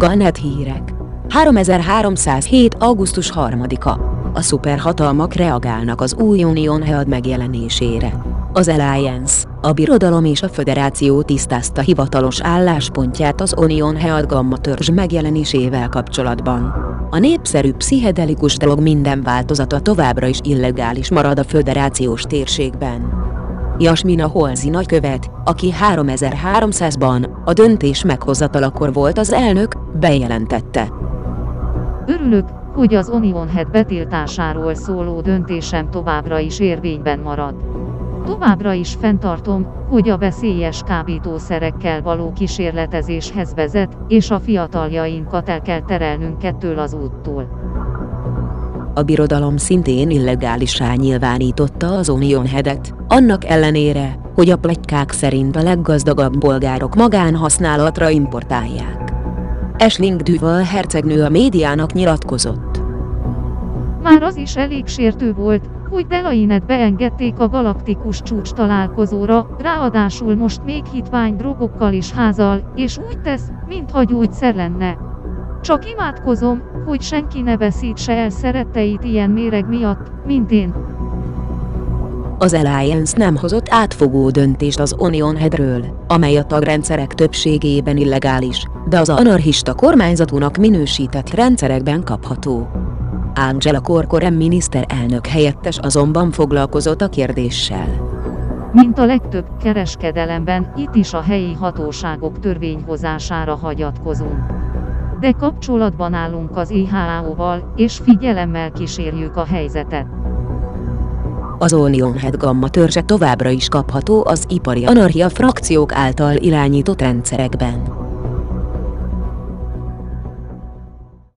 Galnet hírek. 3307. augusztus 3-a. A szuperhatalmak reagálnak az új Union Head megjelenésére. Az Alliance, a Birodalom és a Föderáció tisztázta hivatalos álláspontját az Union Head gamma törzs megjelenésével kapcsolatban. A népszerű pszichedelikus drog minden változata továbbra is illegális marad a föderációs térségben. Jasmina Halsey nagykövet, aki 3300-ban, a döntés meghozatalakor volt az elnök, bejelentette. Örülök, hogy az Union Head betiltásáról szóló döntésem továbbra is érvényben marad. Továbbra is fenntartom, hogy a veszélyes kábítószerekkel való kísérletezéshez vezet, és a fiataljainkat el kell terelnünk ettől az úttól. A Birodalom szintén illegálissá nyilvánította az Union Headet, annak ellenére, hogy a pletykák szerint a leggazdagabb bolgárok magánhasználatra importálják. Aisling Duval hercegnő a médiának nyilatkozott. Már az is elég sértő volt, hogy Delainet beengedték a galaktikus csúcs találkozóra, ráadásul most még hitvány drogokkal is házal, és úgy tesz, mintha gyógyszer lenne. Csak imádkozom, hogy senki ne veszítse el szeretteit ilyen méreg miatt, mint én. Az Alliance nem hozott átfogó döntést az Union Headről, amely a tagrendszerek többségében illegális, de az anarchista kormányzatúnak minősített rendszerekben kapható. Angela Corcoran miniszterelnök helyettes azonban foglalkozott a kérdéssel. Mint a legtöbb kereskedelemben, itt is a helyi hatóságok törvényhozására hagyatkozunk. De kapcsolatban állunk az IHO-val, és figyelemmel kísérjük a helyzetet. Az Union Head gamma törzse továbbra is kapható az ipari anarchia frakciók által irányított rendszerekben.